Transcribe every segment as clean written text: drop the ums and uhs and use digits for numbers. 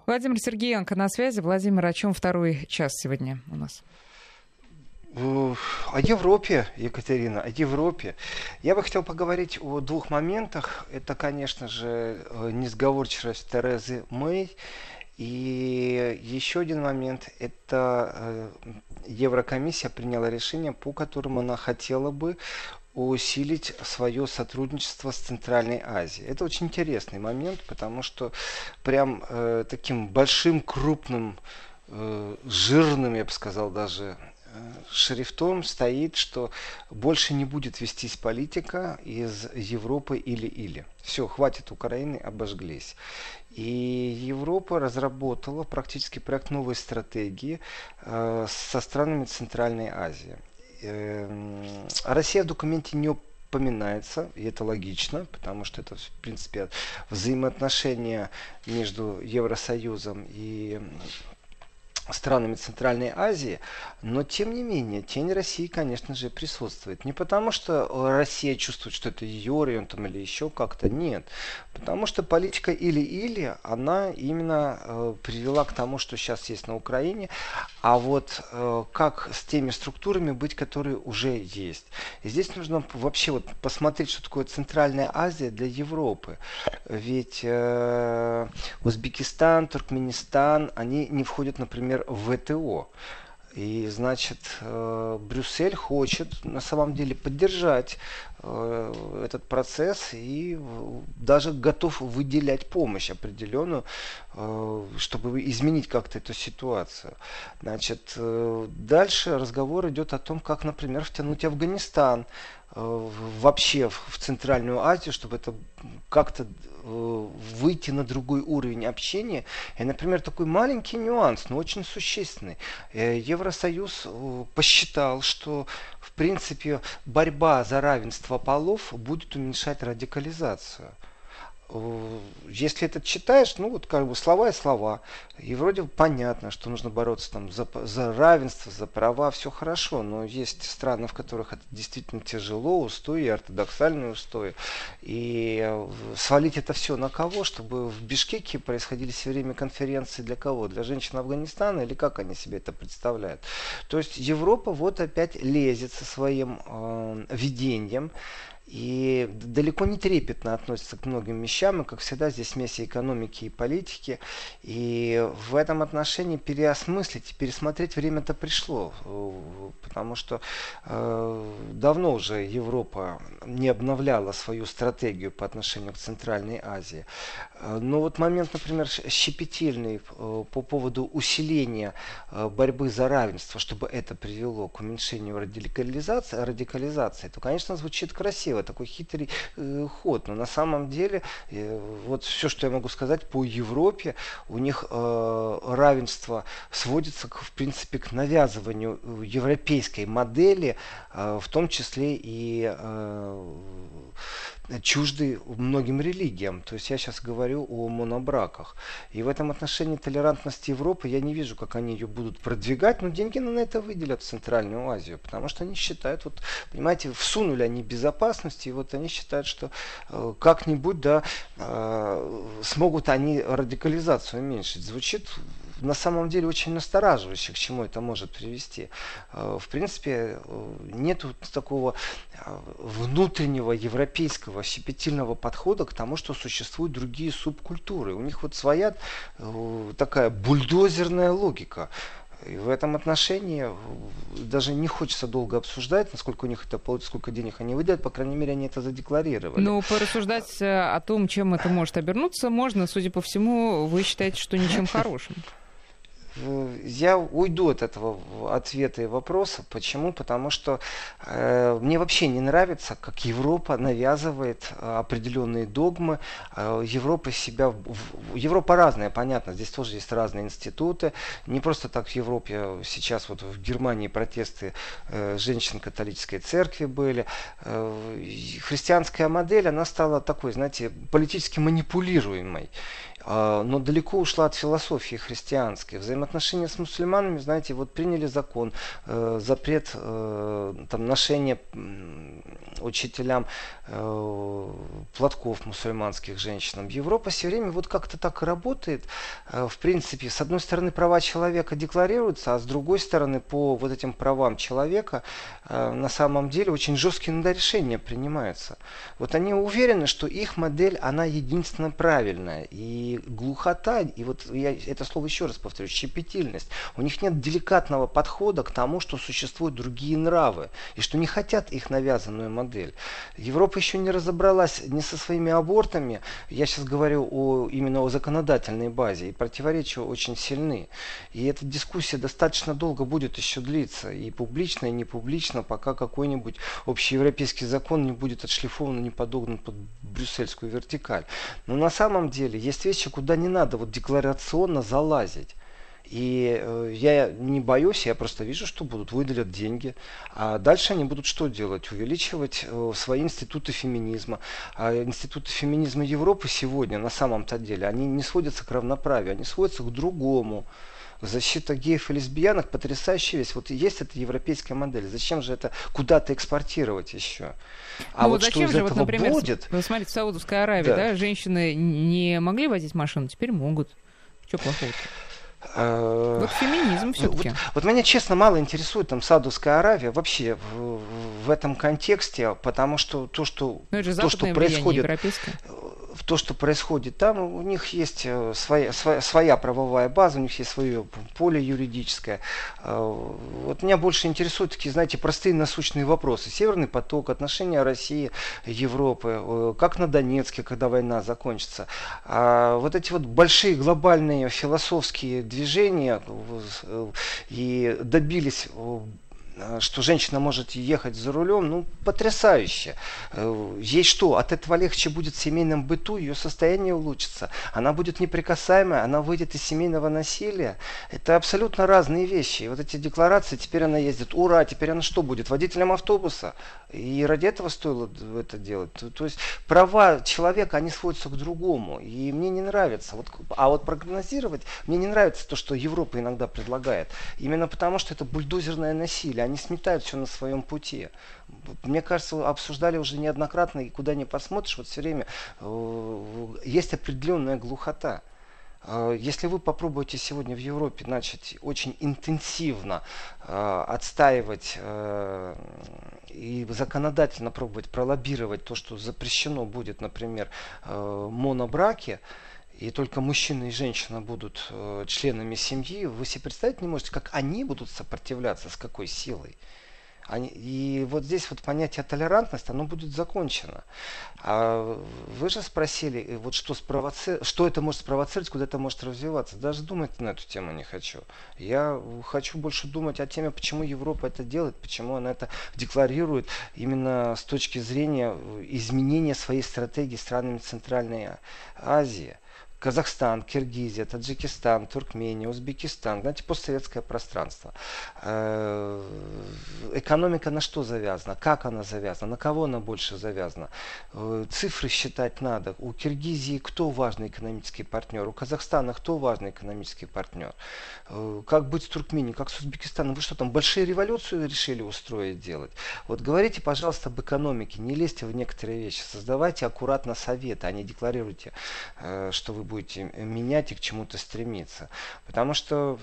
Владимир Сергеенко на связи. Владимир, о чем второй час сегодня у нас? О Европе, Екатерина, о Европе. Я бы хотел поговорить о двух моментах. Это, конечно же, несговорчивость Терезы Мэй. И еще один момент. Это Еврокомиссия приняла решение, по которому она хотела бы усилить свое сотрудничество с Центральной Азией. Это очень интересный момент, потому что прям таким большим, крупным, жирным, я бы сказал, даже шрифтом стоит, что больше не будет вестись политика из Европы или-или. Все, хватит Украины, обожглись. И Европа разработала практически проект новой стратегии со странами Центральной Азии. Россия в документе не упоминается, и это логично, потому что это, в принципе, взаимоотношения между Евросоюзом и странами Центральной Азии, но тем не менее тень России, конечно же, присутствует. Не потому, что Россия чувствует, что это ее район там, или еще как-то, нет. Потому что политика или-или, она именно привела к тому, что сейчас есть на Украине, а вот как с теми структурами быть, которые уже есть. И здесь нужно вообще вот посмотреть, что такое Центральная Азия для Европы. Ведь Узбекистан, Туркменистан, они не входят, например, в ВТО. И, значит, Брюссель хочет на самом деле поддержать этот процесс и даже готов выделять помощь определенную, чтобы изменить как-то эту ситуацию. Значит, дальше разговор идет о том, как, например, втянуть Афганистан вообще в Центральную Азию, чтобы это как-то выйти на другой уровень общения. И, например, такой маленький нюанс, но очень существенный. Евросоюз посчитал, что в принципе борьба за равенство полов будет уменьшать радикализацию. Если это читаешь, ну вот как бы слова и слова, и вроде понятно, что нужно бороться там за равенство, за права, все хорошо, но есть страны, в которых это действительно тяжело, устои, ортодоксальные устои, и свалить это все на кого, чтобы в Бишкеке происходили все время конференции для кого? Для женщин Афганистана или как они себе это представляют? То есть Европа вот опять лезет со своим видением, и далеко не трепетно относится к многим вещам, и, как всегда, здесь смесь экономики и политики. И в этом отношении переосмыслить, пересмотреть время-то пришло. Потому что давно уже Европа не обновляла свою стратегию по отношению к Центральной Азии. Но вот момент, например, щепетильный по поводу усиления борьбы за равенство, чтобы это привело к уменьшению радикализации, то, конечно, звучит красиво. Такой хитрый ход. Но на самом деле, вот все, что я могу сказать по Европе, у них равенство сводится, в принципе, к навязыванию европейской модели, в том числе и чужды многим религиям. То есть я сейчас говорю о монобраках. И в этом отношении толерантность Европы, я не вижу, как они ее будут продвигать, но деньги на это выделят в Центральную Азию, потому что они считают, вот, понимаете, всунули они безопасность, и вот они считают, что как-нибудь, да, смогут они радикализацию уменьшить. Звучит на самом деле очень настораживающе, к чему это может привести. В принципе, нет такого внутреннего европейского щепетильного подхода к тому, что существуют другие субкультуры. У них вот своя такая бульдозерная логика. И в этом отношении даже не хочется долго обсуждать, насколько у них это получится, сколько денег они выдают, по крайней мере, они это задекларировали. Ну, порассуждать о том, чем это может обернуться, можно. Судя по всему, вы считаете, что ничем хорошим. Я уйду от этого ответа и вопроса. Почему? Потому что мне вообще не нравится, как Европа навязывает определенные догмы. Европа разная, понятно. Здесь тоже есть разные институты. Не просто так в Европе сейчас, вот в Германии протесты женщин католической церкви были. Христианская модель, она стала такой, знаете, политически манипулируемой. но далеко ушла от философии христианской. Взаимоотношения с мусульманами, знаете, вот приняли закон, запрет там, ношения учителям платков мусульманских женщинам. Европа все время вот как-то так и работает. В принципе, с одной стороны, права человека декларируются, а с другой стороны, по вот этим правам человека на самом деле очень жесткие иногда решения принимаются. Вот они уверены, что их модель, она единственно правильная. И глухота, и вот я это слово еще раз повторю, щепетильность. У них нет деликатного подхода к тому, что существуют другие нравы, и что не хотят их навязанную модель. Европа еще не разобралась ни со своими абортами, я сейчас говорю именно о законодательной базе, и противоречия очень сильны. И эта дискуссия достаточно долго будет еще длиться, и публично, и не публично, пока какой-нибудь общеевропейский закон не будет отшлифован, не подогнан под брюссельскую вертикаль. Но на самом деле есть вещи, куда не надо вот декларационно залазить. И я не боюсь, я просто вижу, что будут, выделят деньги. А дальше они будут что делать? Увеличивать свои институты феминизма. А институты феминизма Европы сегодня на самом-то деле, они не сводятся к равноправию, они сводятся к другому. Защита геев и лесбиянок потрясающая вещь. Вот есть эта европейская модель. Зачем же это куда-то экспортировать еще? А вот зачем же, вот, например, будет? Вы смотрите, в Саудовской Аравии, да, женщины не могли водить машину, теперь могут. Что плохого-то? Вот феминизм все-таки. Вот меня, честно, мало интересует там Саудовская Аравия вообще в этом контексте, потому что то, что происходит там, у них есть своя правовая база, у них есть свое поле юридическое. Вот меня больше интересуют такие, знаете, простые насущные вопросы. Северный поток, отношения России, Европы, как на Донецке, когда война закончится. А вот эти вот большие глобальные философские движения и добились, что женщина может ехать за рулем, ну, потрясающе. Ей что, от этого легче будет в семейном быту, ее состояние улучшится, она будет неприкасаемая, она выйдет из семейного насилия. Это абсолютно разные вещи. И вот эти декларации, теперь она ездит, ура, теперь она что будет, водителем автобуса? И ради этого стоило это делать. То есть права человека, они сводятся к другому. И мне не нравится. А вот прогнозировать, мне не нравится то, что Европа иногда предлагает. Именно потому, что это бульдозерное насилие. Они сметают все на своем пути. Мне кажется, обсуждали уже неоднократно, и куда ни посмотришь, вот все время есть определенная глухота. Если вы попробуете сегодня в Европе начать очень интенсивно отстаивать и законодательно пробовать пролоббировать то, что запрещено будет, например, монобраки, и только мужчина и женщина будут членами семьи, вы себе представить не можете, как они будут сопротивляться, с какой силой. И вот здесь вот понятие толерантность, оно будет закончено. А вы же спросили, вот что это может спровоцировать, куда это может развиваться. Даже думать на эту тему не хочу. Я хочу больше думать о теме, почему Европа это делает, почему она это декларирует именно с точки зрения изменения своей стратегии странами Центральной Азии. Казахстан, Киргизия, Таджикистан, Туркмения, Узбекистан, знаете, постсоветское пространство. Экономика на что завязана, как она завязана, на кого она больше завязана. Цифры считать надо. У Киргизии кто важный экономический партнер, у Казахстана кто важный экономический партнер. Как быть с Туркменией, как с Узбекистаном. Вы что там, большие революции решили устроить, делать? Вот говорите, пожалуйста, об экономике, не лезьте в некоторые вещи, создавайте аккуратно советы, а не декларируйте, что вы будете менять и к чему-то стремиться. Потому что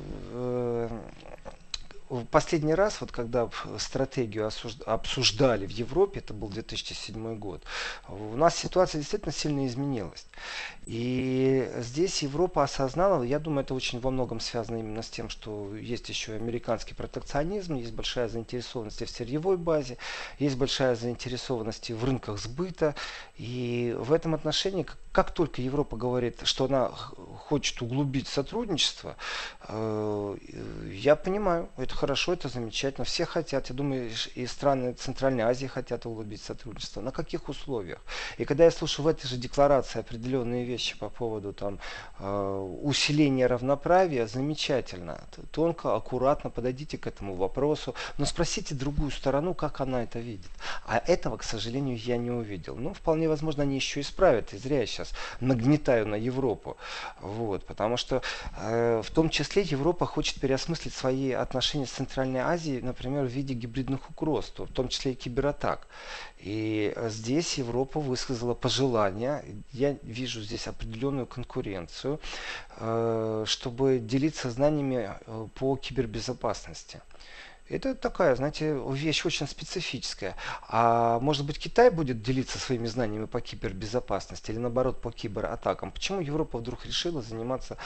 в последний раз, вот когда стратегию обсуждали в Европе, это был 2007 год, у нас ситуация действительно сильно изменилась. И здесь Европа осознала, я думаю, это очень во многом связано именно с тем, что есть еще американский протекционизм, есть большая заинтересованность в сырьевой базе, есть большая заинтересованность в рынках сбыта. И в этом отношении, как только Европа говорит, что она хочет углубить сотрудничество, я понимаю, это хорошо, это замечательно, все хотят, я думаю, и страны Центральной Азии хотят углубить сотрудничество. На каких условиях? И когда я слышу в этой же декларации определенные вещи, вещи по поводу там усиления равноправия, замечательно. Тонко, аккуратно подойдите к этому вопросу, но спросите другую сторону, как она это видит. А этого, к сожалению, я не увидел. Ну, вполне возможно, они еще исправят, и зря я сейчас нагнетаю на Европу. Вот, потому что в том числе Европа хочет переосмыслить свои отношения с Центральной Азией, например, в виде гибридных угроз, в том числе и кибератак. И здесь Европа высказала пожелание, я вижу здесь определенную конкуренцию, чтобы делиться знаниями по кибербезопасности. Это такая, знаете, вещь очень специфическая. А может быть, Китай будет делиться своими знаниями по кибербезопасности или наоборот по кибератакам? Почему Европа вдруг решила заниматься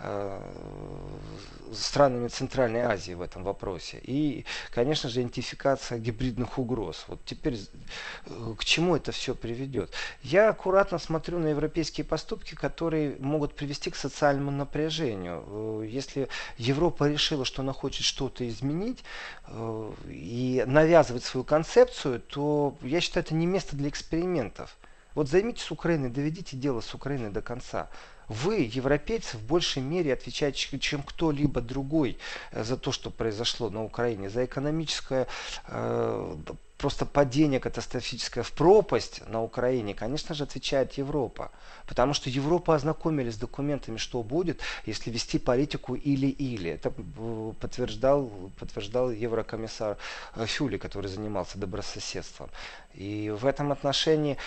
странами Центральной Азии в этом вопросе? И, конечно же, идентификация гибридных угроз. Вот теперь к чему это все приведет? Я аккуратно смотрю на европейские поступки, которые могут привести к социальному напряжению. Если Европа решила, что она хочет что-то изменить, и навязывать свою концепцию, то я считаю, это не место для экспериментов. Вот займитесь Украиной, доведите дело с Украиной до конца. Вы, европейцы, в большей мере отвечаете, чем кто-либо другой за то, что произошло на Украине, за экономическое просто падение катастрофическое в пропасть на Украине, конечно же, отвечает Европа. Потому что Европа ознакомилась с документами, что будет, если вести политику или-или. Это подтверждал еврокомиссар Фюле, который занимался добрососедством. И в этом отношении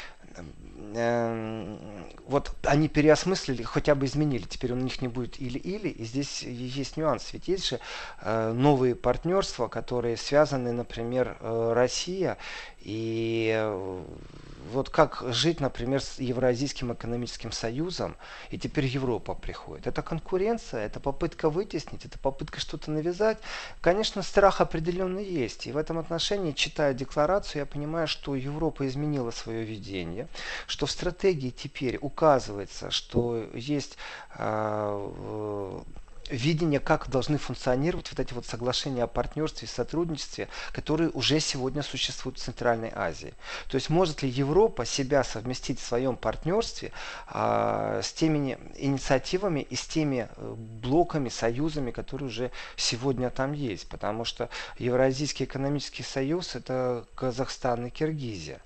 вот они переосмыслили, хотя бы изменили. Теперь у них не будет или-или. И здесь есть нюанс. Ведь есть же новые партнерства, которые связаны, например, Россия. И вот как жить, например, с Евразийским экономическим союзом, и теперь Европа приходит. Это конкуренция, это попытка вытеснить, это попытка что-то навязать. Конечно, страх определенный есть. И в этом отношении, читая декларацию, я понимаю, что Европа изменила свое видение, что в стратегии теперь указывается, что есть видение, как должны функционировать вот эти вот соглашения о партнерстве и сотрудничестве, которые уже сегодня существуют в Центральной Азии. То есть может ли Европа себя совместить в своем партнерстве с теми инициативами и с теми блоками, союзами, которые уже сегодня там есть. Потому что Евразийский экономический союз — это Казахстан и Киргизия.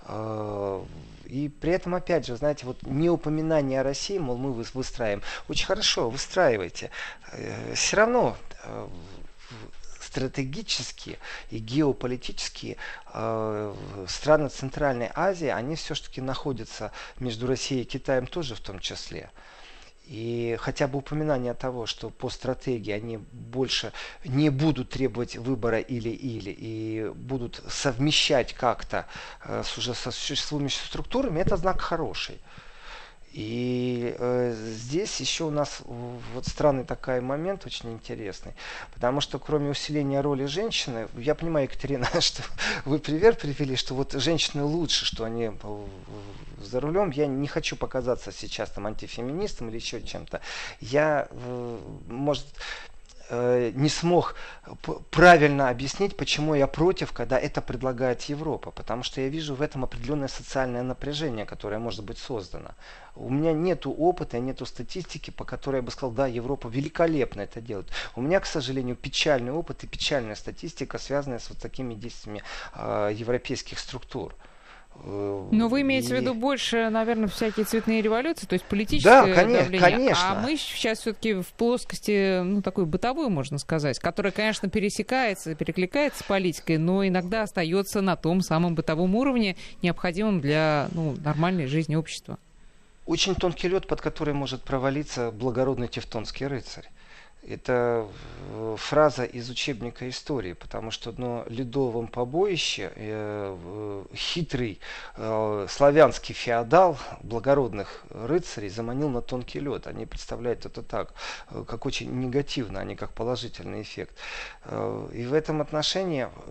И при этом, опять же, знаете, вот не упоминание о России, мол, мы выстраиваем. Очень хорошо, выстраивайте. Все равно стратегические и геополитические страны Центральной Азии, они все-таки находятся между Россией и Китаем тоже в том числе. И хотя бы упоминание того, что по стратегии они больше не будут требовать выбора или-или и будут совмещать как-то с уже существующими структурами, это знак хороший. И здесь еще у нас вот странный такой момент, очень интересный, потому что кроме усиления роли женщины, я понимаю, Екатерина, что вы пример привели, что вот женщины лучше, что они за рулем. Я не хочу показаться сейчас там антифеминистом или еще чем-то. Я, может, не смог правильно объяснить, почему я против, когда это предлагает Европа. Потому что я вижу в этом определенное социальное напряжение, которое может быть создано. У меня нету опыта, нету статистики, по которой я бы сказал, да, Европа великолепно это делает. У меня, к сожалению, печальный опыт и печальная статистика, связанная с вот такими действиями европейских структур. Но вы имеете в виду больше, наверное, всякие цветные революции, то есть политическое давление. Конечно. А мы сейчас все-таки в плоскости, ну, такой бытовой, можно сказать, которая, конечно, пересекается, перекликается с политикой, но иногда остается на том самом бытовом уровне, необходимом для нормальной жизни общества. Очень тонкий лед, под который может провалиться благородный тевтонский рыцарь. Это фраза из учебника истории, потому что на ледовом побоище хитрый славянский феодал благородных рыцарей заманил на тонкий лед. Они представляют это так, как очень негативно, а не как положительный эффект. И в этом отношении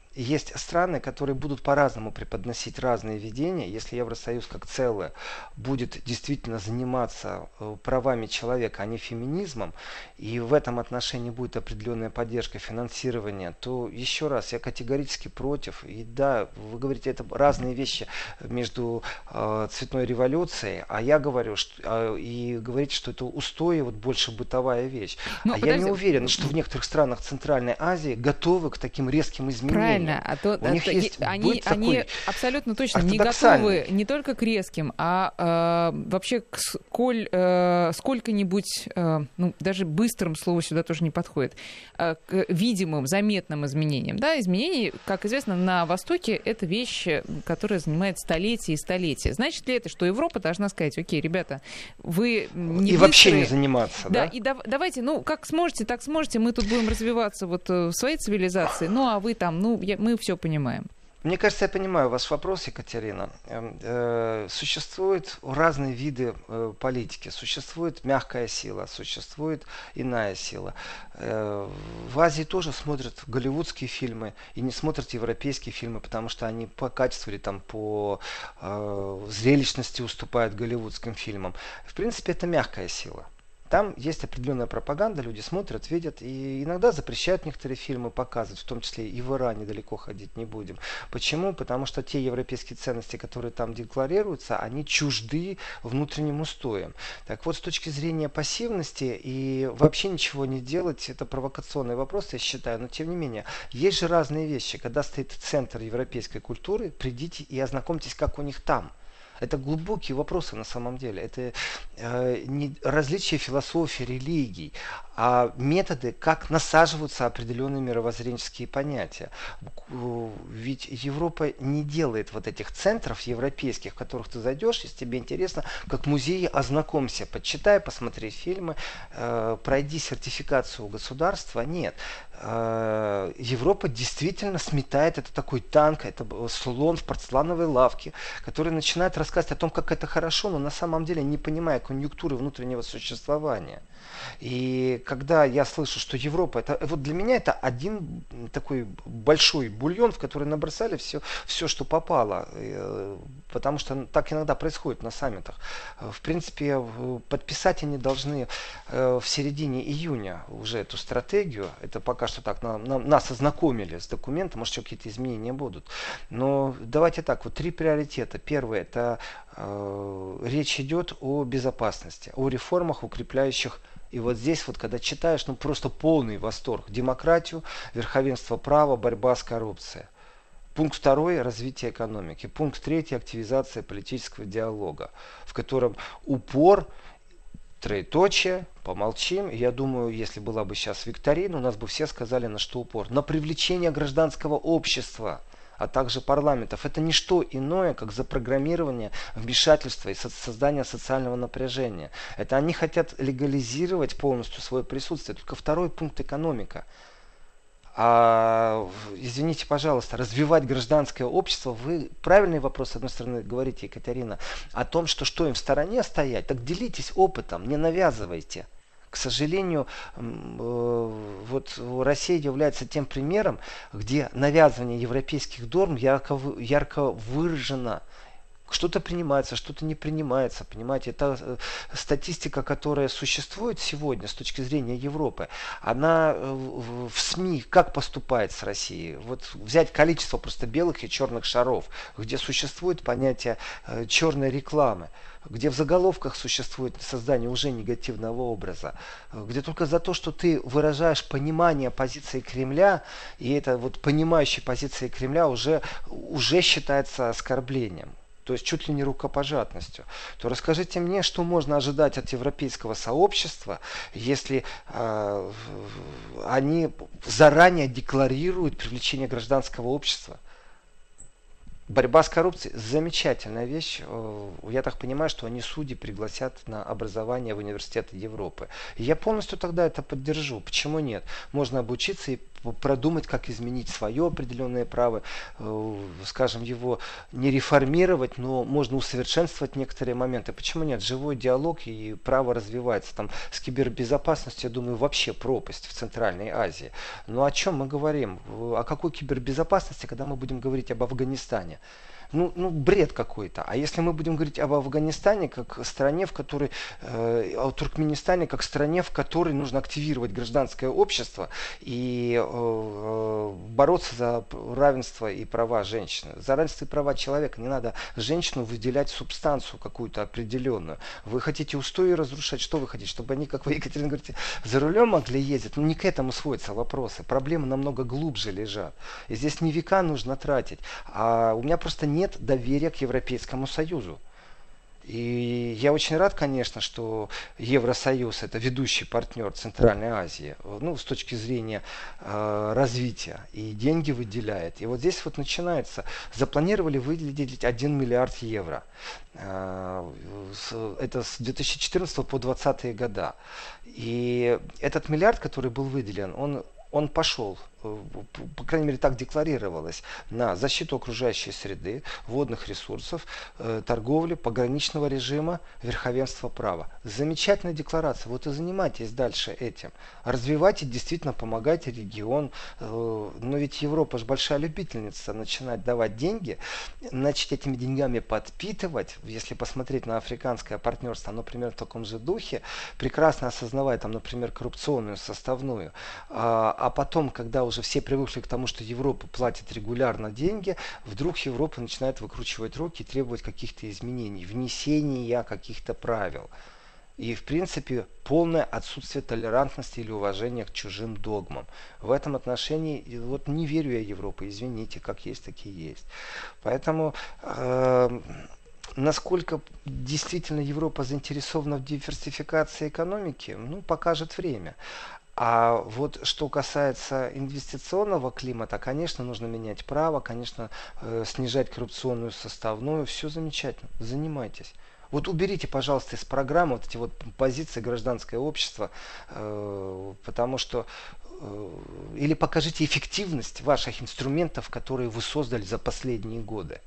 есть страны, которые будут по-разному преподносить разные видения. Если Евросоюз как целое будет действительно заниматься правами человека, а не феминизмом, и в этом отношении будет определенная поддержка, финансирование, то еще раз, я категорически против. И да, вы говорите, это разные вещи между цветной революцией, а я говорю, и говорите, что это устои, вот больше бытовая вещь. Ну, я не уверен, что в некоторых странах Центральной Азии готовы к таким резким изменениям. У них есть они абсолютно точно не готовы не только к резким, а вообще к сколько-нибудь, даже быстрым слово сюда тоже не подходит, к видимым, заметным изменениям. Да, изменения, как известно, на Востоке это вещь, которая занимает столетия и столетия. Значит ли это, что Европа должна сказать: окей, ребята, вы не и вообще не заниматься, да? И давайте, как сможете, так сможете, мы тут будем развиваться вот в своей цивилизации, а вы там, мы все понимаем. Мне кажется, я понимаю ваш вопрос, Екатерина. Существуют разные виды политики. Существует мягкая сила, существует иная сила. В Азии тоже смотрят голливудские фильмы и не смотрят европейские фильмы, потому что они по качеству или там по зрелищности уступают голливудским фильмам. В принципе, это мягкая сила. Там есть определенная пропаганда, люди смотрят, видят, и иногда запрещают некоторые фильмы показывать, в том числе и в Иране далеко ходить не будем. Почему? Потому что те европейские ценности, которые там декларируются, они чужды внутренним устоям. Так вот, с точки зрения пассивности и вообще ничего не делать, это провокационный вопрос, я считаю, но тем не менее, есть же разные вещи. Когда стоит центр европейской культуры, придите и ознакомьтесь, как у них там. Это глубокие вопросы на самом деле. Это не различие философии, религий, а методы, как насаживаются определенные мировоззренческие понятия. Ведь Европа не делает вот этих центров европейских, в которых ты зайдешь, если тебе интересно, как музеи, ознакомься, почитай, посмотри фильмы, пройди сертификацию у государства. Нет. Европа действительно сметает, это такой танк, это слон в порцелановой лавке, который начинает рассказывать о том, как это хорошо, но на самом деле не понимая конъюнктуры внутреннего существования. И когда я слышу, что Европа, вот для меня это один такой большой бульон, в который набросали все, что попало. Потому что так иногда происходит на саммитах. В принципе, подписать они должны в середине июня уже эту стратегию. Это пока что так, нас ознакомили с документом, может, еще какие-то изменения будут. Но давайте так, вот 3 приоритета. Первое, это речь идет о безопасности, о реформах, укрепляющих. И вот здесь вот, когда читаешь, просто полный восторг. Демократию, верховенство права, борьба с коррупцией. Пункт 2 – развитие экономики. Пункт 3 – активизация политического диалога, в котором упор, троеточие, помолчим. Я думаю, если была бы сейчас викторина, у нас бы все сказали, на что упор. На привлечение гражданского общества, а также парламентов. Это не что иное, как запрограммирование вмешательства и создание социального напряжения. Это они хотят легализировать полностью свое присутствие. Только 2 пункт – экономика. Извините, пожалуйста, развивать гражданское общество, вы правильный вопрос, с одной стороны, говорите, Екатерина, о том, что им в стороне стоять, так делитесь опытом, не навязывайте. К сожалению, вот Россия является тем примером, где навязывание европейских норм ярко выражено. Что-то принимается, что-то не принимается, понимаете. Это статистика, которая существует сегодня с точки зрения Европы. Она в СМИ как поступает с Россией? Вот взять количество просто белых и черных шаров, где существует понятие черной рекламы, где в заголовках существует создание уже негативного образа, где только за то, что ты выражаешь понимание позиции Кремля, и это вот понимающая позиция Кремля уже считается оскорблением, то есть чуть ли не рукопожатностью, то расскажите мне, что можно ожидать от европейского сообщества, если они заранее декларируют привлечение гражданского общества. Борьба с коррупцией – замечательная вещь. Я так понимаю, что они судьи пригласят на образование в университеты Европы. И я полностью тогда это поддержу. Почему нет? Можно обучиться и продумать, как изменить свое определенное право, скажем, его не реформировать, но можно усовершенствовать некоторые моменты. Почему нет? Живой диалог и право развивается. Там с кибербезопасностью, я думаю, вообще пропасть в Центральной Азии. Но о чем мы говорим? О какой кибербезопасности, когда мы будем говорить об Афганистане? Ну, бред какой-то. А если мы будем говорить об Афганистане как стране, в которой, о Туркменистане как стране, в которой нужно активировать гражданское общество и бороться за равенство и права женщины. За равенство и права человека не надо женщину выделять субстанцию какую-то определенную. Вы хотите устои разрушать? Что вы хотите? Чтобы они, как вы, Екатерина, говорите, за рулем могли ездить? Ну, не к этому сводятся вопросы. Проблемы намного глубже лежат. И здесь не века нужно тратить. А у меня просто нет доверия к Европейскому Союзу. И я очень рад, конечно, что Евросоюз это ведущий партнер Центральной Азии, ну, с точки зрения развития, и деньги выделяет. И вот здесь вот начинается. Запланировали выделить 1 миллиард евро. Это с 2014 по 2020 года. И этот миллиард, который был выделен, он пошел, по крайней мере так декларировалось, на защиту окружающей среды, водных ресурсов, торговли, пограничного режима, верховенства права. Замечательная декларация. Вот и занимайтесь дальше этим. Развивайте, действительно помогайте регион. Но ведь Европа же большая любительница начинать давать деньги, начать этими деньгами подпитывать. Если посмотреть на африканское партнерство, оно примерно в таком же духе, прекрасно осознавая там, например, коррупционную составную. А потом, когда уже все привыкли к тому, что Европа платит регулярно деньги, вдруг Европа начинает выкручивать руки и требовать каких-то изменений, внесения каких-то правил. И, в принципе, полное отсутствие толерантности или уважения к чужим догмам. В этом отношении, вот не верю я Европе, извините, как есть, так и есть. Поэтому, насколько действительно Европа заинтересована в диверсификации экономики, ну, покажет время. А вот что касается инвестиционного климата, конечно, нужно менять право, конечно, снижать коррупционную составную. Все замечательно, занимайтесь. Вот уберите, пожалуйста, из программы вот эти вот позиции гражданское общество, потому что или покажите эффективность ваших инструментов, которые вы создали за последние годы.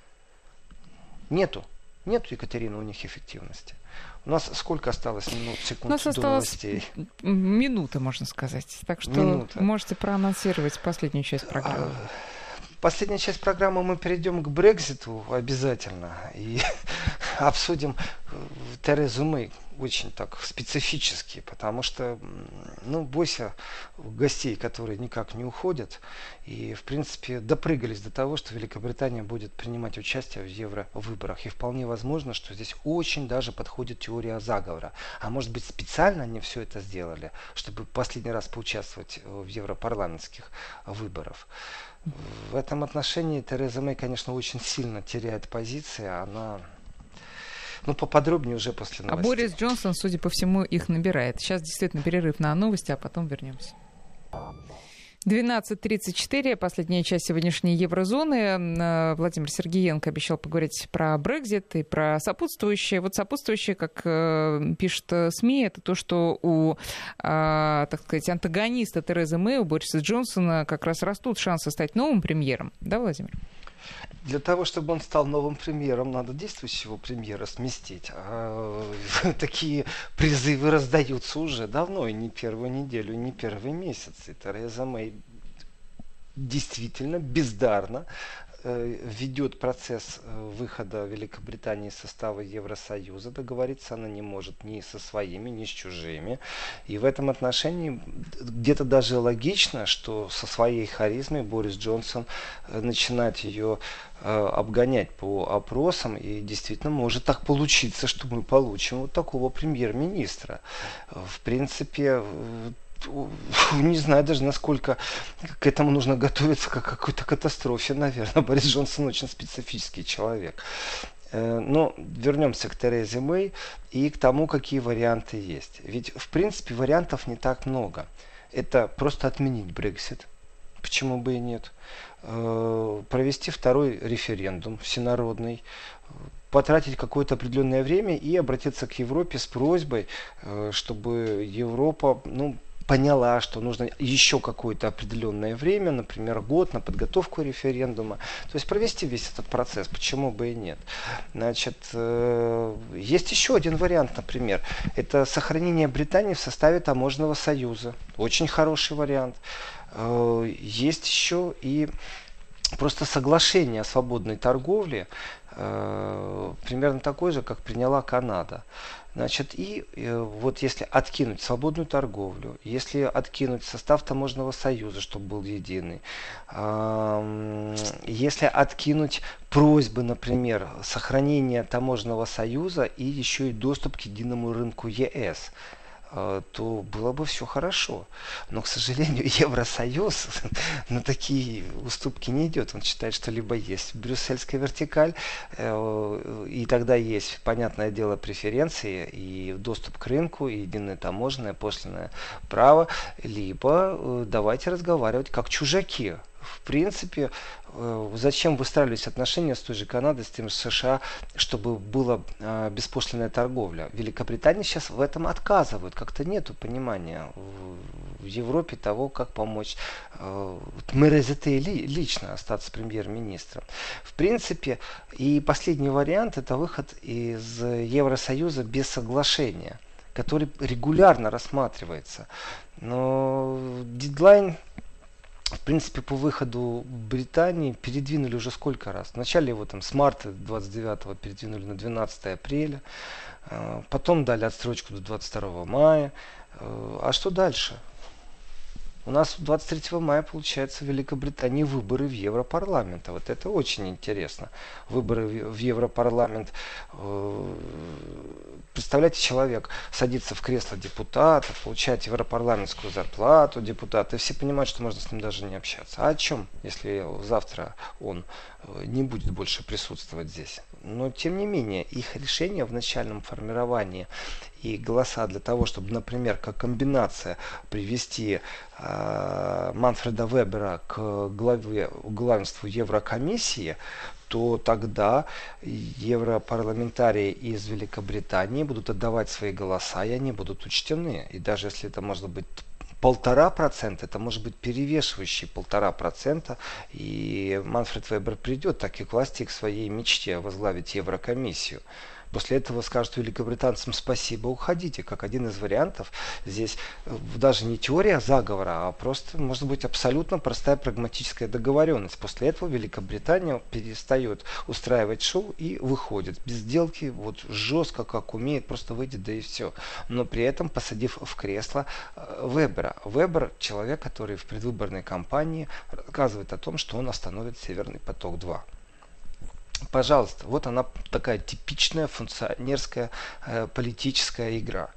Нету, Екатерина, у них эффективности. У нас сколько осталось минут, секунд у нас до осталось новостей? Минута, можно сказать. Так что можете проанонсировать последнюю часть программы. Последняя часть программы мы перейдем к Брекситу обязательно. И обсудим Терезу Мэй очень так специфически, потому что, ну, бойся гостей, которые никак не уходят, и, в принципе, допрыгались до того, что Великобритания будет принимать участие в евровыборах. И вполне возможно, что здесь очень даже подходит теория заговора. А может быть, специально они все это сделали, чтобы последний раз поучаствовать в европарламентских выборах. В этом отношении Тереза Мэй, конечно, очень сильно теряет позиции. Она... Ну, поподробнее уже после новостей. А Борис Джонсон, судя по всему, их набирает. Сейчас действительно перерыв на новости, а потом вернемся. 12:34, последняя часть сегодняшней еврозоны. Владимир Сергеенко обещал поговорить про Брексит и про сопутствующее. Вот сопутствующее, как пишут СМИ, это то, что у, так сказать, антагониста Терезы Мэй, у Бориса Джонсона, как раз растут шансы стать новым премьером. Да, Владимир? Для того, чтобы он стал новым премьером, надо действующего премьера сместить. Такие призывы раздаются уже давно, и не первую неделю, и не первый месяц. И Тереза Мэй действительно бездарно ведет процесс выхода Великобритании из состава Евросоюза. Договориться она не может ни со своими, ни с чужими. И в этом отношении где-то даже логично, что со своей харизмой Борис Джонсон начинает ее обгонять по опросам. И действительно может так получиться, что мы получим вот такого премьер-министра. В принципе, не знаю даже, насколько к этому нужно готовиться, как к какой-то катастрофе, наверное. Борис Джонсон очень специфический человек. Но вернемся к Терезе Мэй и к тому, какие варианты есть. Ведь, в принципе, вариантов не так много. Это просто отменить Брексит. Почему бы и нет? Провести второй референдум всенародный, потратить какое-то определенное время и обратиться к Европе с просьбой, чтобы Европа, поняла, что нужно еще какое-то определенное время, например, год на подготовку референдума. То есть провести весь этот процесс, почему бы и нет. Значит, есть еще один вариант, например. Это сохранение Британии в составе таможенного союза. Очень хороший вариант. Есть еще и просто соглашение о свободной торговле, примерно такое же, как приняла Канада. Значит, и вот если откинуть свободную торговлю, если откинуть состав таможенного союза, чтобы был единый, если откинуть просьбы, например, сохранения таможенного союза и еще и доступ к единому рынку ЕС, то было бы все хорошо. Но, к сожалению, Евросоюз на такие уступки не идет. Он считает, что либо есть брюссельская вертикаль, и тогда есть, понятное дело, преференции и доступ к рынку, и единое таможенное, пошлинное право, либо давайте разговаривать как чужаки. В принципе, зачем выстраивались отношения с той же Канадой, с тем же США, чтобы была беспошлинная торговля? Великобритания сейчас в этом отказывает. Как-то нету понимания в Европе того, как помочь Мерезете лично остаться премьер-министром. В принципе, и последний вариант — это выход из Евросоюза без соглашения, который регулярно рассматривается. Но дедлайн, в принципе, по выходу Британии передвинули уже сколько раз. Вначале его там с марта 29-го передвинули на 12 апреля. Потом дали отсрочку до 22 мая. А что дальше? У нас 23 мая, получается, в Великобритании выборы в Европарламент. Вот это очень интересно. Выборы в Европарламент. Представляете, человек садится в кресло депутата, получает европарламентскую зарплату депутата, и все понимают, что можно с ним даже не общаться. А о чем, если завтра он не будет больше присутствовать здесь? Но, тем не менее, их решение в начальном формировании и голоса для того, чтобы, например, как комбинация привести Манфреда Вебера к главенству Еврокомиссии, то тогда европарламентарии из Великобритании будут отдавать свои голоса, и они будут учтены. И даже если это может быть 1,5%, это может быть перевешивающий 1,5%, и Манфред Вебер придет так и к власти, и к своей мечте возглавить Еврокомиссию. После этого скажут великобританцам: спасибо, уходите. Как один из вариантов, здесь даже не теория заговора, а просто может быть абсолютно простая прагматическая договоренность. После этого Великобритания перестает устраивать шоу и выходит. Без сделки, вот жестко, как умеет, просто выйдет, да и все. Но при этом посадив в кресло Вебера. Вебер — человек, который в предвыборной кампании рассказывает о том, что он остановит Северный поток-2. Пожалуйста, вот она такая типичная функционерская политическая игра.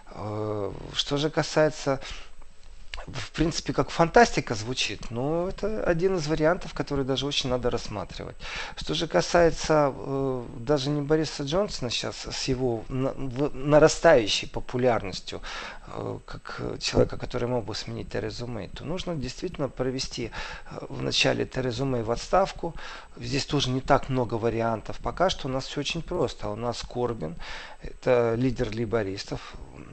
Что же касается, в принципе, как фантастика звучит, но это один из вариантов, который даже очень надо рассматривать. Что же касается даже не Бориса Джонсона сейчас с его нарастающей популярностью, как человека, который мог бы сменить Терезу Мэй, то нужно действительно провести вначале Терезу Мэй в отставку. Здесь тоже не так много вариантов. Пока что у нас все очень просто. У нас Корбин, это лидер лейбористов.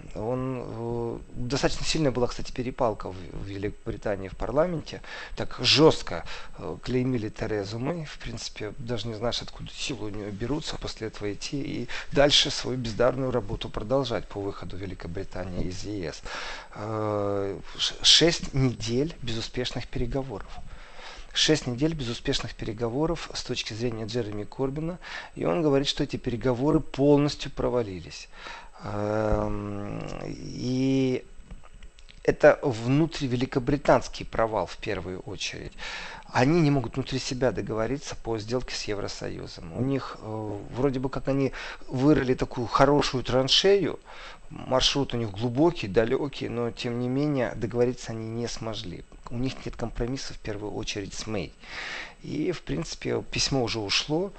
Достаточно сильная была, кстати, перепалка в Великобритании в парламенте. Так жестко клеймили Терезу Мэй. В принципе, даже не знаешь, откуда силы у нее берутся после этого идти и дальше свою бездарную работу продолжать по выходу Великобритании из ЕС. 6 недель безуспешных переговоров. 6 недель безуспешных переговоров с точки зрения Джереми Корбина. И он говорит, что эти переговоры полностью провалились. И это внутривеликобританский провал в первую очередь. Они не могут внутри себя договориться по сделке с Евросоюзом. У них вроде бы как они вырыли такую хорошую траншею, маршрут у них глубокий, далекий, но тем не менее договориться они не смогли. У них нет компромисса в первую очередь с Мэй. И в принципе письмо уже ушло.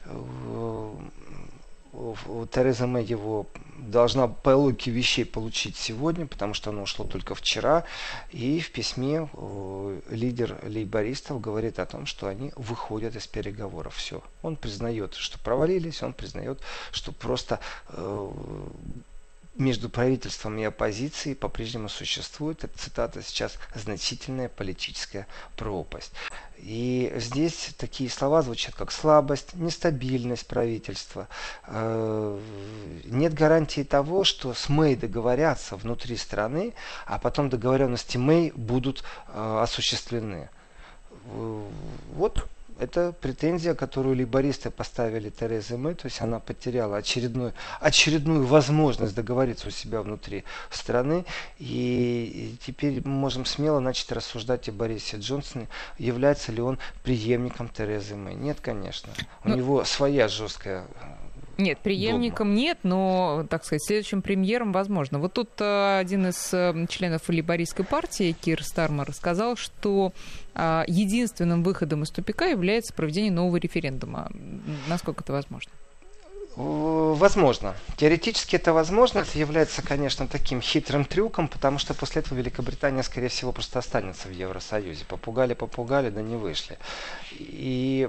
Тереза Мэй его должна по логике вещей получить сегодня, потому что оно ушло только вчера. И в письме лидер лейбористов говорит о том, что они выходят из переговоров. Все. Он признает, что провалились, он признает, что просто между правительством и оппозицией по-прежнему существует, это цитата сейчас, значительная политическая пропасть. И здесь такие слова звучат, как слабость, нестабильность правительства. Нет гарантии того, что с Мэй договорятся внутри страны, а потом договоренности Мэй будут осуществлены. Вот. Это претензия, которую лейбористы поставили Терезе Мэй, то есть она потеряла очередную возможность договориться у себя внутри страны, и теперь мы можем смело начать рассуждать о Борисе Джонсоне, является ли он преемником Терезы Мэй. Нет, конечно. У него своя жесткая... Нет, преемником нет, но, так сказать, следующим премьером возможно. Вот тут один из членов лейбористской партии, Кир Стармер, сказал, что единственным выходом из тупика является проведение нового референдума. Насколько это возможно? Возможно. Теоретически это возможно. Это является, конечно, таким хитрым трюком, потому что после этого Великобритания, скорее всего, просто останется в Евросоюзе. Попугали, да не вышли. И...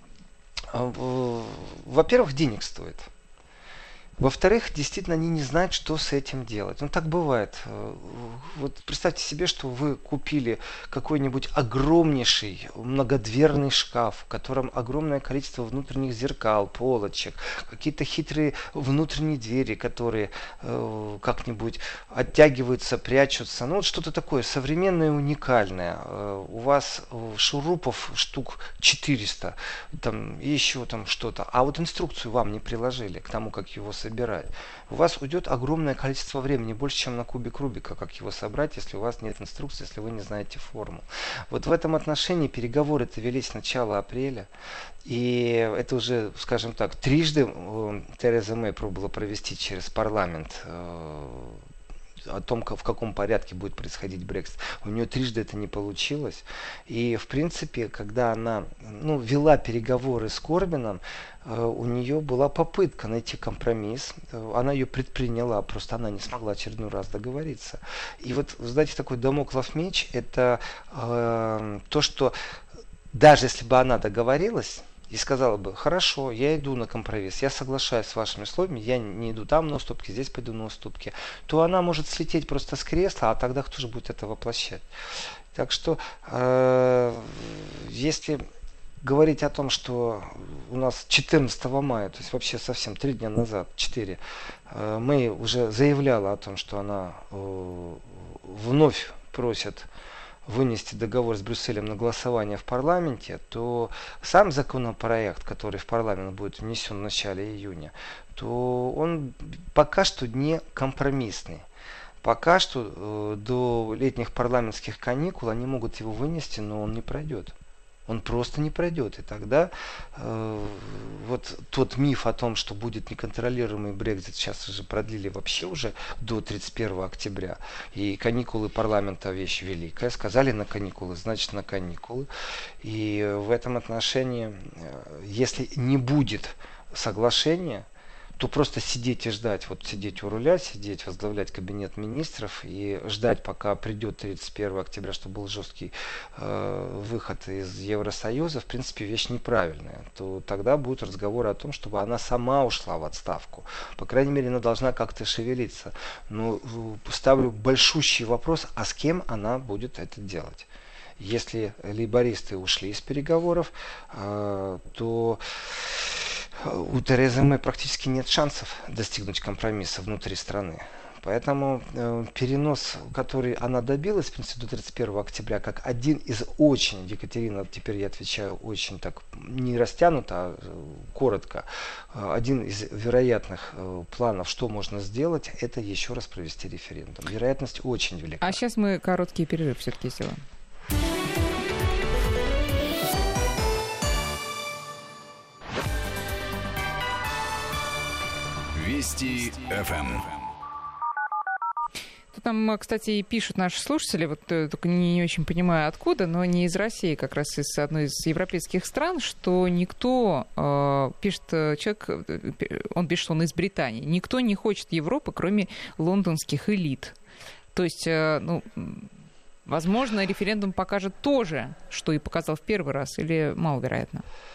Во-первых, денег стоит. Во-вторых, действительно, они не знают, что с этим делать. Ну, так бывает. Вот представьте себе, что вы купили какой-нибудь огромнейший многодверный шкаф, в котором огромное количество внутренних зеркал, полочек, какие-то хитрые внутренние двери, которые как-нибудь оттягиваются, прячутся. Ну, вот что-то такое современное, уникальное. У вас шурупов штук 400, там, и еще там что-то. А вот инструкцию вам не приложили к тому, как его собирать. У вас уйдет огромное количество времени, больше, чем на кубик Рубика, как его собрать, если у вас нет инструкции, если вы не знаете форму. Вот в этом отношении переговоры-то велись с начала апреля, и это уже, скажем так, трижды Тереза Мэй пробовала провести через парламент о том, в каком порядке будет происходить Брексит. У нее трижды это не получилось. И, в принципе, когда она вела переговоры с Корбином, у нее была попытка найти компромисс. Она ее предприняла, просто она не смогла очередной раз договориться. И вот, знаете, такой дамоклов меч, это то, что даже если бы она договорилась, и сказала бы, хорошо, я иду на компромисс, я соглашаюсь с вашими условиями, я не иду там на уступки, здесь пойду на уступки, то она может слететь просто с кресла, а тогда кто же будет это воплощать? Так что, если говорить о том, что у нас 14 мая, то есть вообще совсем 3 дня назад, 4, Мэй уже заявляла о том, что она вновь просит вынести договор с Брюсселем на голосование в парламенте, то сам законопроект, который в парламент будет внесен в начале июня, то он пока что не компромиссный. Пока что до летних парламентских каникул они могут его вынести, но он не пройдет. Он просто не пройдет. И тогда вот тот миф о том, что будет неконтролируемый Брексит, сейчас уже продлили вообще уже до 31 октября. И каникулы парламента вещь великая. Сказали на каникулы, значит на каникулы. И в этом отношении, если не будет соглашения, то просто сидеть и ждать, вот сидеть у руля, сидеть, возглавлять кабинет министров и ждать, пока придет 31 октября, чтобы был жесткий выход из Евросоюза, в принципе, вещь неправильная. То тогда будет разговор о том, чтобы она сама ушла в отставку. По крайней мере, она должна как-то шевелиться. Но ставлю большущий вопрос, а с кем она будет это делать? Если лейбористы ушли из переговоров, то у Терезы Мэй практически нет шансов достигнуть компромисса внутри страны. Поэтому перенос, который она добилась, в принципе, до 31 октября, как один из очень, Екатерина, теперь я отвечаю очень так, не растянуто, а коротко, один из вероятных планов, что можно сделать, это еще раз провести референдум. Вероятность очень велика. А сейчас мы короткий перерыв все-таки сделаем. Вести ФМ. Там, кстати, пишут наши слушатели, вот только не очень понимаю откуда, но не из России, как раз из одной из европейских стран, что никто, пишет человек, он пишет, он из Британии, никто не хочет Европы, кроме лондонских элит. То есть, возможно, референдум покажет то же, что и показал в первый раз, или маловероятно?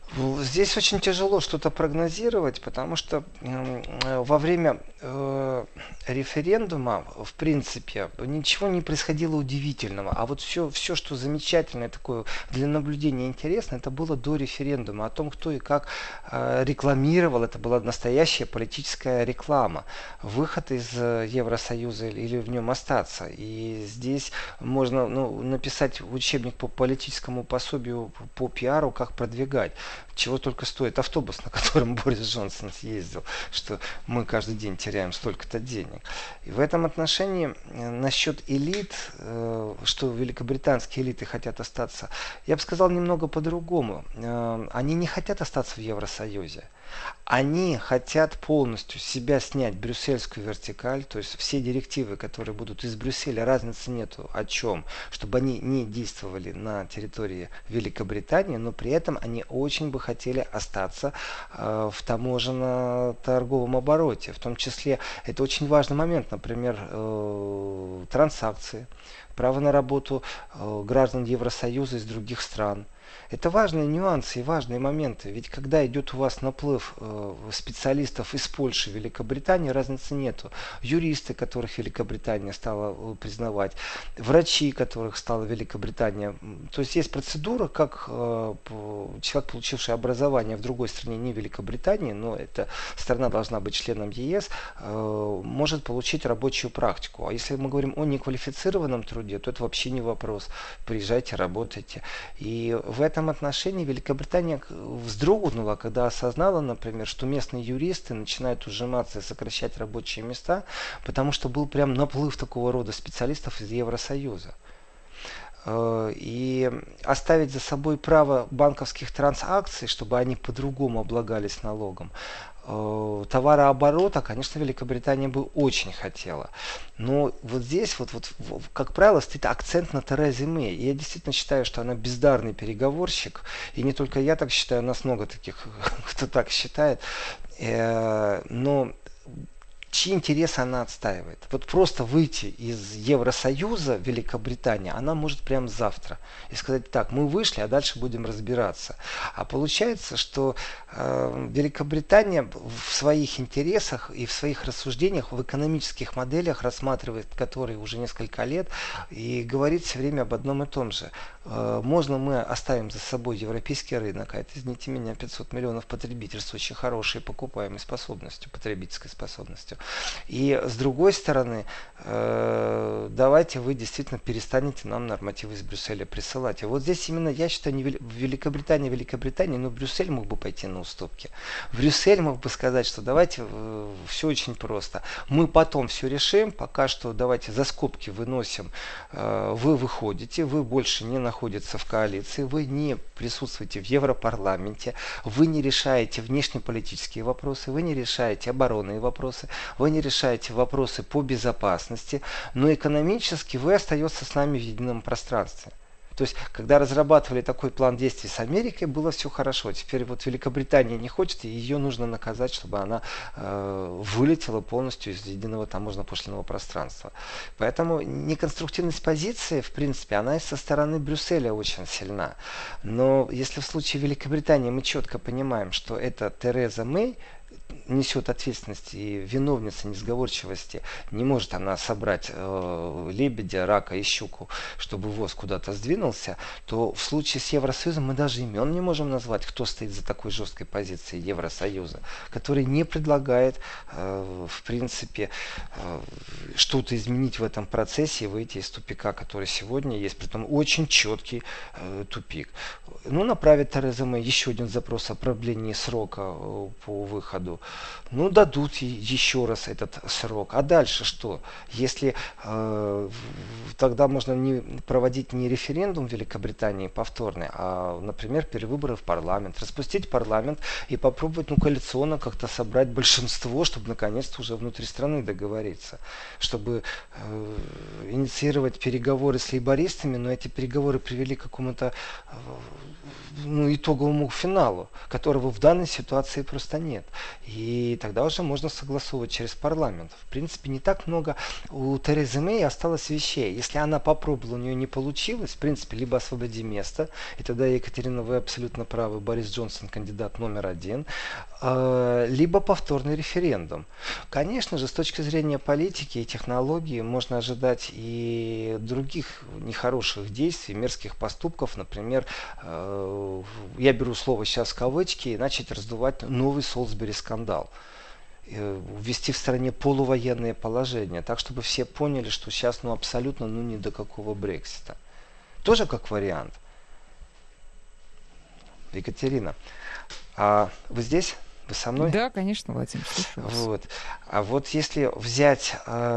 Здесь очень тяжело что-то прогнозировать, потому что во время референдума, в принципе, ничего не происходило удивительного. А вот все, что замечательное такое для наблюдения интересно, это было до референдума. О том, кто и как рекламировал, это была настоящая политическая реклама. Выход из Евросоюза или в нем остаться. И здесь можно написать учебник по политическому пособию, по пиару, как продвигать. Чего только стоит автобус, на котором Борис Джонсон съездил, что мы каждый день теряем столько-то денег. И в этом отношении насчет элит, что великобританские элиты хотят остаться, я бы сказал немного по-другому. Они не хотят остаться в Евросоюзе. Они хотят полностью себя снять брюссельскую вертикаль, то есть все директивы, которые будут из Брюсселя, разницы нету о чем, чтобы они не действовали на территории Великобритании, но при этом они очень бы хотели остаться в таможенно-торговом обороте. В том числе это очень важный момент, например, транзакции, право на работу граждан Евросоюза из других стран. Это важные нюансы и важные моменты. Ведь когда идет у вас наплыв специалистов из Польши, Великобритании, разницы нету. Юристы, которых Великобритания стала признавать, врачи, которых стала Великобритания. То есть есть процедура, как человек, получивший образование в другой стране, не Великобритании, но эта страна должна быть членом ЕС, может получить рабочую практику. А если мы говорим о неквалифицированном труде, то это вообще не вопрос. Приезжайте, работайте. И в этом отношении Великобритания вздрогнула, когда осознала, например, что местные юристы начинают ужиматься и сокращать рабочие места, потому что был прям наплыв такого рода специалистов из Евросоюза. И оставить за собой право банковских транзакций, чтобы они по-другому облагались налогом, товарооборота, конечно, Великобритания бы очень хотела. Но вот здесь, как правило, стоит акцент на Терезе Мэй. И я действительно считаю, что она бездарный переговорщик. И не только я так считаю, у нас много таких, кто так считает. Но чьи интересы она отстаивает? Вот просто выйти из Евросоюза Великобритания, она может прямо завтра. И сказать, так, мы вышли, а дальше будем разбираться. А получается, что Великобритания в своих интересах и в своих рассуждениях, в экономических моделях рассматривает, которые уже несколько лет, и говорит все время об одном и том же. Можно мы оставим за собой европейский рынок, а это, извините меня, 500 миллионов потребителей с очень хорошей покупаемой способностью, потребительской способностью. И с другой стороны, давайте вы действительно перестанете нам нормативы из Брюсселя присылать. И вот здесь именно, я считаю, не Великобритания, но Брюссель мог бы пойти на уступки. Брюссель мог бы сказать, что давайте, все очень просто. Мы потом все решим, пока что давайте за скобки выносим. Вы выходите, вы больше не находитесь в коалиции, вы не присутствуете в Европарламенте, вы не решаете внешнеполитические вопросы, вы не решаете оборонные вопросы, вы не решаете вопросы по безопасности, но экономически вы остаетесь с нами в едином пространстве. То есть, когда разрабатывали такой план действий с Америкой, было все хорошо. Теперь вот Великобритания не хочет, и ее нужно наказать, чтобы она вылетела полностью из единого таможенно-пошлинного пространства. Поэтому неконструктивность позиции, в принципе, она и со стороны Брюсселя очень сильна. Но если в случае Великобритании мы четко понимаем, что это Тереза Мэй несет ответственность и виновница несговорчивости, не может она собрать лебедя, рака и щуку, чтобы ВОЗ куда-то сдвинулся, то в случае с Евросоюзом мы даже имен не можем назвать, кто стоит за такой жесткой позицией Евросоюза, который не предлагает в принципе что-то изменить в этом процессе и выйти из тупика, который сегодня есть, притом очень четкий тупик. Ну, направит Тереза Мэй еще один запрос о продлении срока по выходу. Ну, дадут еще раз этот срок. А дальше что? Если тогда можно проводить не референдум в Великобритании повторный, а, например, перевыборы в парламент, распустить парламент и попробовать коалиционно как-то собрать большинство, чтобы наконец-то уже внутри страны договориться, чтобы инициировать переговоры с лейбористами, но эти переговоры привели к какому-то итоговому финалу, которого в данной ситуации просто нет. И тогда уже можно согласовывать через парламент. В принципе, не так много у Терезы Мэй осталось вещей. Если она попробовала, у нее не получилось, в принципе, либо освободи место, и тогда, Екатерина, вы абсолютно правы, Борис Джонсон кандидат номер 1, либо повторный референдум. Конечно же, с точки зрения политики и технологии можно ожидать и других нехороших действий, мерзких поступков, например, я беру слово сейчас в кавычки, и начать раздувать новый Солсбери скандал. Ввести в стране полувоенное положение, так чтобы все поняли, что сейчас абсолютно ни до какого Брексита. Тоже как вариант. Екатерина, а вы здесь? Вы со мной? Да, конечно, Владимир, слушаю вас. Вот. А вот если взять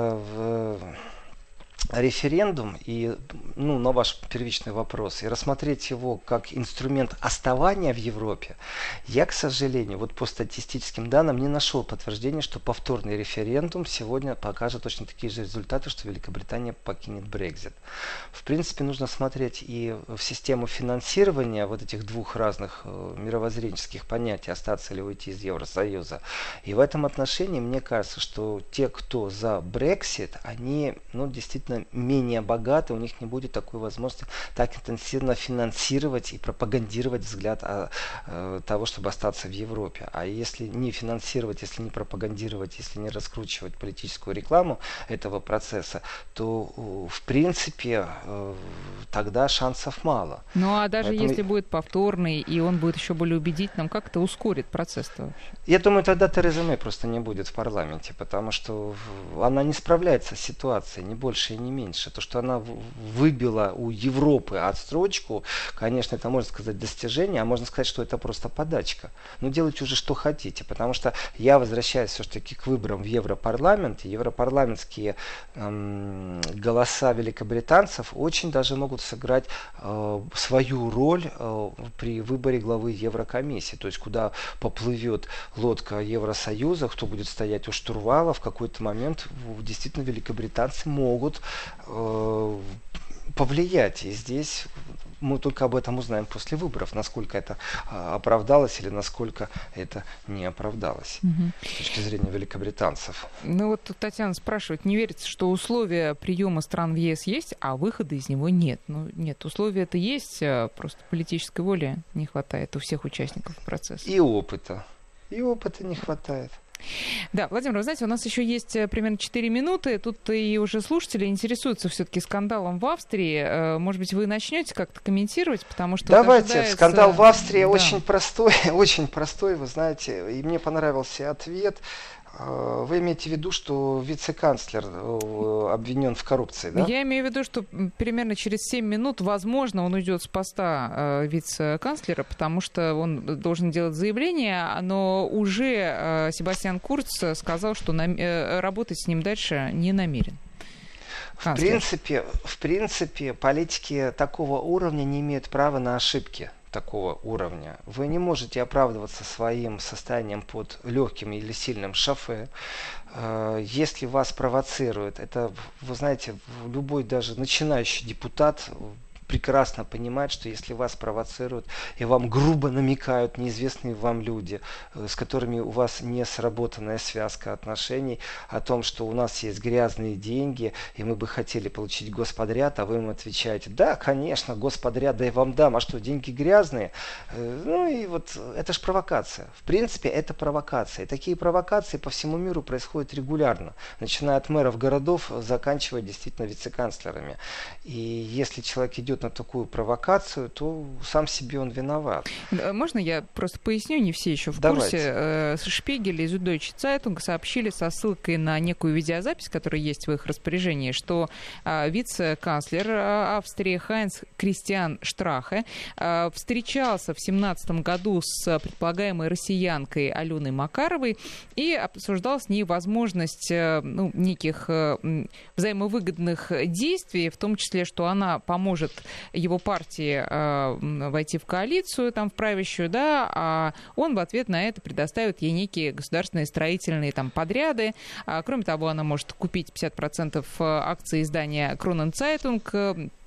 референдум и, на ваш первичный вопрос, и рассмотреть его как инструмент оставания в Европе, я, к сожалению, по статистическим данным не нашел подтверждения, что повторный референдум сегодня покажет точно такие же результаты, что Великобритания покинет Брексит. В принципе, нужно смотреть и в систему финансирования этих двух разных мировоззренческих понятий, остаться или уйти из Евросоюза. И в этом отношении мне кажется, что те, кто за Брексит, они, действительно менее богаты, у них не будет такой возможности так интенсивно финансировать и пропагандировать взгляд того, чтобы остаться в Европе. А если не финансировать, если не пропагандировать, если не раскручивать политическую рекламу этого процесса, то в принципе тогда шансов мало. А даже если будет повторный, и он будет еще более убедительным, как это ускорит процесс-то вообще? Я думаю, тогда Тереза Мэй просто не будет в парламенте, потому что она не справляется с ситуацией, ни больше и не меньше. То, что она выбила у Европы отсрочку, конечно, это можно сказать достижение, а можно сказать, что это просто подачка. Делайте уже что хотите, потому что я возвращаюсь все-таки к выборам в Европарламент. Европарламентские голоса великобританцев очень даже могут сыграть свою роль при выборе главы Еврокомиссии. То есть, куда поплывет лодка Евросоюза, кто будет стоять у штурвала, в какой-то момент действительно великобританцы могут повлиять. И здесь мы только об этом узнаем после выборов, насколько это оправдалось или насколько это не оправдалось с точки зрения великобританцев. Тут Татьяна спрашивает, не верится, что условия приема стран в ЕС есть, а выхода из него нет. Нет, условия-то есть, просто политической воли не хватает у всех участников процесса. И опыта. И опыта не хватает. Да, Владимир, вы знаете, у нас еще есть примерно 4 минуты. Тут и уже слушатели интересуются все-таки скандалом в Австрии. Может быть, вы начнете как-то комментировать, потому что... Давайте, скандал в Австрии очень простой, вы знаете, и мне понравился ответ. Вы имеете в виду, что вице-канцлер обвинен в коррупции, да? Я имею в виду, что примерно через 7 минут, возможно, он уйдет с поста вице-канцлера, потому что он должен делать заявление, но уже Себастьян Курц сказал, что работать с ним дальше не намерен. В принципе, политики такого уровня не имеют права на ошибки такого уровня. Вы не можете оправдываться своим состоянием под легким или сильным шофе. Если вас провоцирует, это, вы знаете, любой даже начинающий депутат прекрасно понимает, что если вас провоцируют и вам грубо намекают неизвестные вам люди, с которыми у вас не сработанная связка отношений, о том, что у нас есть грязные деньги, и мы бы хотели получить господряд, а вы им отвечаете: да, конечно, господряд, да я вам дам, а что, деньги грязные? Это ж провокация. В принципе, это провокация. И такие провокации по всему миру происходят регулярно, начиная от мэров городов, заканчивая действительно вице-канцлерами. И если человек идет на такую провокацию, то сам себе он виноват. Можно я просто поясню, не все еще в курсе. Шпигель и Süddeutsche Zeitung сообщили со ссылкой на некую видеозапись, которая есть в их распоряжении, что вице-канцлер Австрии Хайнц Кристиан Штрахе встречался в 2017 году с предполагаемой россиянкой Аленой Макаровой и обсуждал с ней возможность неких взаимовыгодных действий, в том числе, что она поможет его партии войти в коалицию, в правящую, да, а он в ответ на это предоставит ей некие государственные строительные подряды. Кроме того, она может купить 50% акций издания Кронен Цайтунг,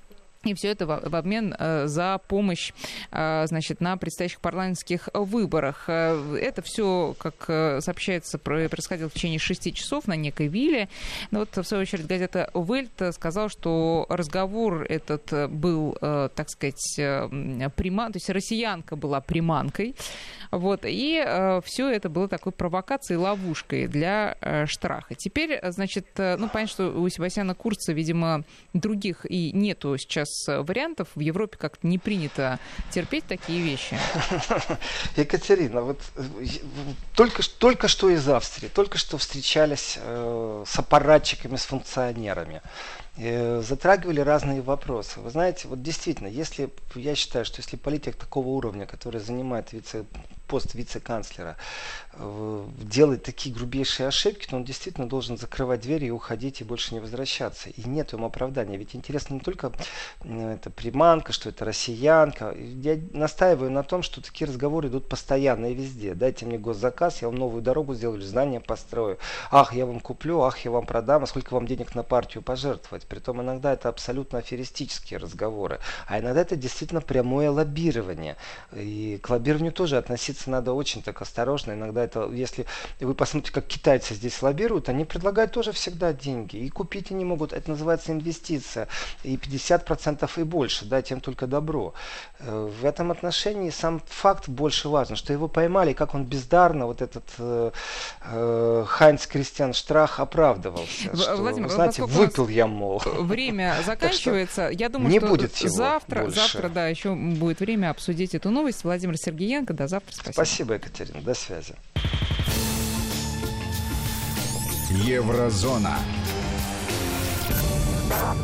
И все это в обмен за помощь, значит, на предстоящих парламентских выборах. Это все, как сообщается, происходило в течение 6 часов на некой вилле. Но вот, в свою очередь, газета «Вельт» сказала, что разговор этот был, так сказать, то есть россиянка была приманкой. Вот, и все это было такой провокацией, ловушкой для Штраха. Теперь, значит, понятно, что у Себастьяна Курца, видимо, других и нету сейчас вариантов. В Европе как-то не принято терпеть такие вещи. Екатерина, вот только что из Австрии, только что встречались с аппаратчиками, с функционерами. Затрагивали разные вопросы. Вы знаете, вот действительно, я считаю, что если политик такого уровня, который занимает пост вице-канцлера, делает такие грубейшие ошибки, то он действительно должен закрывать двери и уходить, и больше не возвращаться. И нет ему оправдания. Ведь интересно не только это приманка, что это россиянка. Я настаиваю на том, что такие разговоры идут постоянно и везде. Дайте мне госзаказ, я вам новую дорогу сделаю, здание построю. Ах, я вам куплю, ах, я вам продам, а сколько вам денег на партию пожертвовать. Притом иногда это абсолютно аферистические разговоры, а иногда это действительно прямое лоббирование. И к лоббированию тоже относиться надо очень так осторожно. Иногда это, если вы посмотрите, как китайцы здесь лоббируют, они предлагают тоже всегда деньги. И купить они могут, это называется инвестиция. И 50% и больше, дайте им только добро. В этом отношении сам факт больше важен, что его поймали, как он бездарно, вот этот Хайнц Кристиан Штрах оправдывался. Что, Владимир, знаете, выпил я, мол. Время заканчивается. Я думаю, не что будет завтра, да, еще будет время обсудить эту новость. Владимир Сергеенко, до завтра. Спасибо. Спасибо, Екатерина. До связи. Еврозона.